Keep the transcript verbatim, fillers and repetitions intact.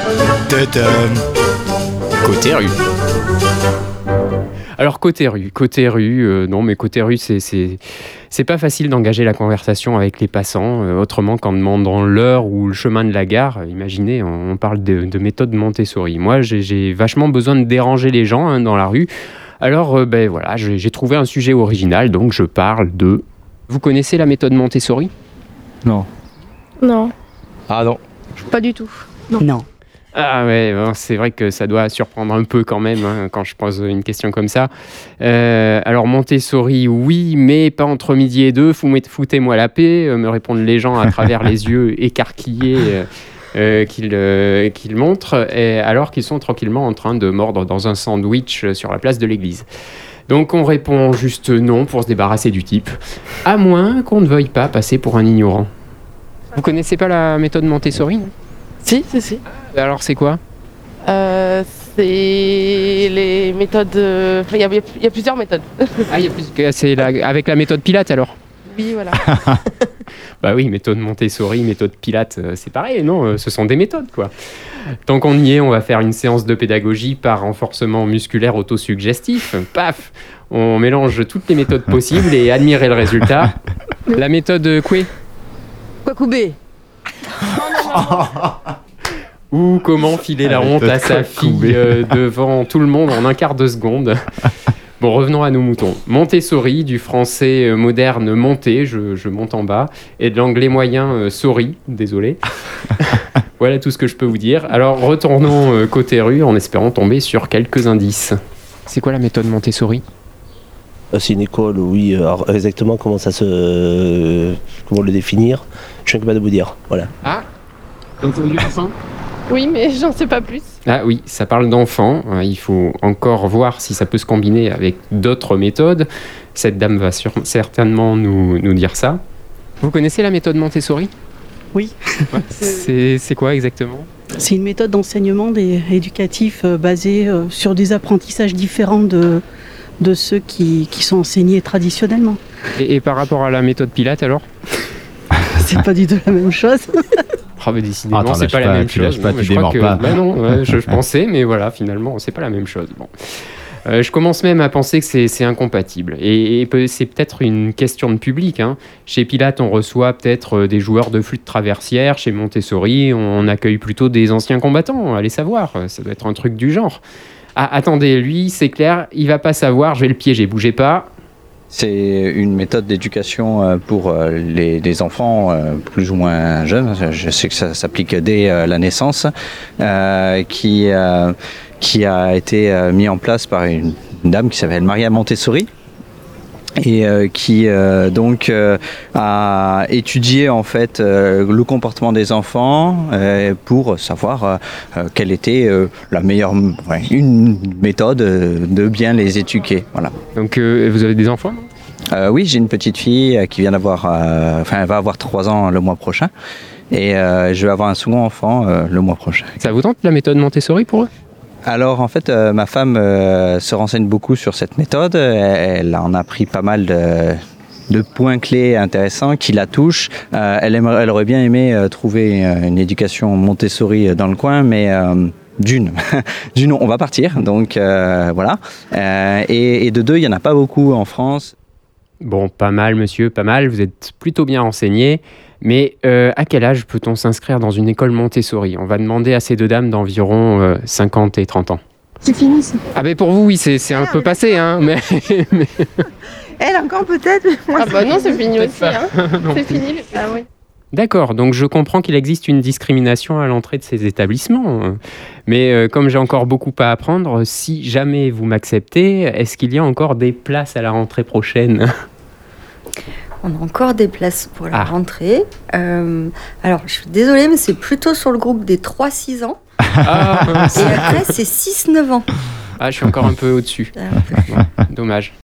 Tadam. Côté rue. Alors côté rue, côté rue, euh, non mais côté rue c'est, c'est, c'est pas facile d'engager la conversation avec les passants, euh, autrement qu'en demandant l'heure ou le chemin de la gare. Imaginez, on, on parle de, de méthode Montessori. Moi j'ai, j'ai vachement besoin de déranger les gens hein, dans la rue. Alors euh, ben voilà, j'ai, j'ai trouvé un sujet original, donc je parle de... Vous connaissez la méthode Montessori ? Non. Non. Ah non. Pas du tout. Non. non. Ah ouais, bon, c'est vrai que ça doit surprendre un peu quand même hein, quand je pose une question comme ça. Euh, alors Montessori, oui, mais pas entre midi et deux, foutez-moi la paix, euh, me répondent les gens à travers les yeux écarquillés euh, euh, qu'ils, euh, qu'ils montrent, et, alors qu'ils sont tranquillement en train de mordre dans un sandwich sur la place de l'église. Donc on répond juste non pour se débarrasser du type, à moins qu'on ne veuille pas passer pour un ignorant. Vous connaissez pas la méthode Montessori, non ? Si, si, si. Alors c'est quoi ? Euh, c'est les méthodes... Il euh, y, y, y a plusieurs méthodes. Ah, il y a plus que c'est la, avec la méthode Pilate alors ? Oui, voilà. Bah oui, méthode Montessori, méthode Pilate, c'est pareil, non ? Ce sont des méthodes, quoi. Tant qu'on y est, on va faire une séance de pédagogie par renforcement musculaire autosuggestif. Paf ! On mélange toutes les méthodes possibles et admirez le résultat. La méthode Coué ? Kwakubé. Ou comment filer la honte à sa fille euh, devant tout le monde en un quart de seconde. Bon, revenons à nos moutons. Montessori, du français moderne monter, je, je monte en bas, et de l'anglais moyen euh, sorry, désolé. Voilà tout ce que je peux vous dire. Alors retournons euh, côté rue en espérant tomber sur quelques indices. C'est quoi la méthode Montessori ? C'est une école, oui. Alors exactement comment ça se, euh, comment le définir, je suis incapable de vous dire. Voilà. Ah, donc c'est enfant ? Oui, mais j'en sais pas plus. Ah oui, ça parle d'enfants. Il faut encore voir si ça peut se combiner avec d'autres méthodes. Cette dame va sur- certainement nous, nous dire ça. Vous connaissez la méthode Montessori ? Oui. Ouais. C'est, c'est quoi exactement ? C'est une méthode d'enseignement des, éducatif euh, basée euh, sur des apprentissages différents de, de ceux qui, qui sont enseignés traditionnellement. Et, et par rapport à la méthode Pilate alors ? C'est pas du tout la même chose. Oh, mais décidément, Attends, c'est lâche pas, pas, la même tu chose. lâches pas, Non, tu je crois démarres que... pas. Bah non, ouais, je, je pensais, mais voilà, finalement, c'est pas la même chose. Bon. Euh, je commence même à penser que c'est, c'est incompatible. Et, et peut- c'est peut-être une question de public. Hein. Chez Pilate, on reçoit peut-être des joueurs de flûte traversière. Chez Montessori, on accueille plutôt des anciens combattants. Allez savoir, ça doit être un truc du genre. Ah, attendez, lui, c'est clair, il va pas savoir, je vais le piéger, bougez pas. C'est une méthode d'éducation pour les, les enfants plus ou moins jeunes. Je sais que ça s'applique dès la naissance, euh, qui, euh, qui a été mis en place par une dame qui s'appelle Maria Montessori. Et euh, qui euh, donc euh, a étudié en fait euh, le comportement des enfants euh, pour savoir euh, euh, quelle était euh, la meilleure, ouais, une méthode de bien les éduquer. Voilà. Donc euh, vous avez des enfants ? Euh, oui, j'ai une petite fille euh, qui vient d'avoir, euh, enfin, elle va avoir trois ans le mois prochain, et euh, je vais avoir un second enfant euh, le mois prochain. Ça vous tente la méthode Montessori pour eux ? Alors en fait, euh, ma femme euh, se renseigne beaucoup sur cette méthode. Elle en a pris pas mal de, de points clés intéressants qui la touchent. Euh, elle, aimerait, elle aurait bien aimé euh, trouver une éducation Montessori dans le coin, mais euh, d'une, d'une, on va partir. Donc euh, voilà. Euh, et, et de deux, il y en a pas beaucoup en France. Bon, pas mal, monsieur, pas mal. Vous êtes plutôt bien renseigné. Mais euh, à quel âge peut-on s'inscrire dans une école Montessori ? On va demander à ces deux dames d'environ euh, cinquante et trente ans. C'est fini, ça. Ah ben pour vous, oui, c'est, c'est un peu passé, hein, mais... mais... Elle encore peut-être. Moi, Ah bah non, c'est fini aussi. Hein. Non C'est plus. fini. Ah oui. D'accord, donc je comprends qu'il existe une discrimination à l'entrée de ces établissements. Mais euh, comme j'ai encore beaucoup à apprendre, si jamais vous m'acceptez, est-ce qu'il y a encore des places à la rentrée prochaine ? On a encore des places pour la Ah. rentrée. Euh, alors, je suis désolée, mais c'est plutôt sur le groupe des trois six ans. Ah, mince. Et après, c'est six neuf ans. Ah, je suis encore un peu au-dessus. Un peu. Dommage.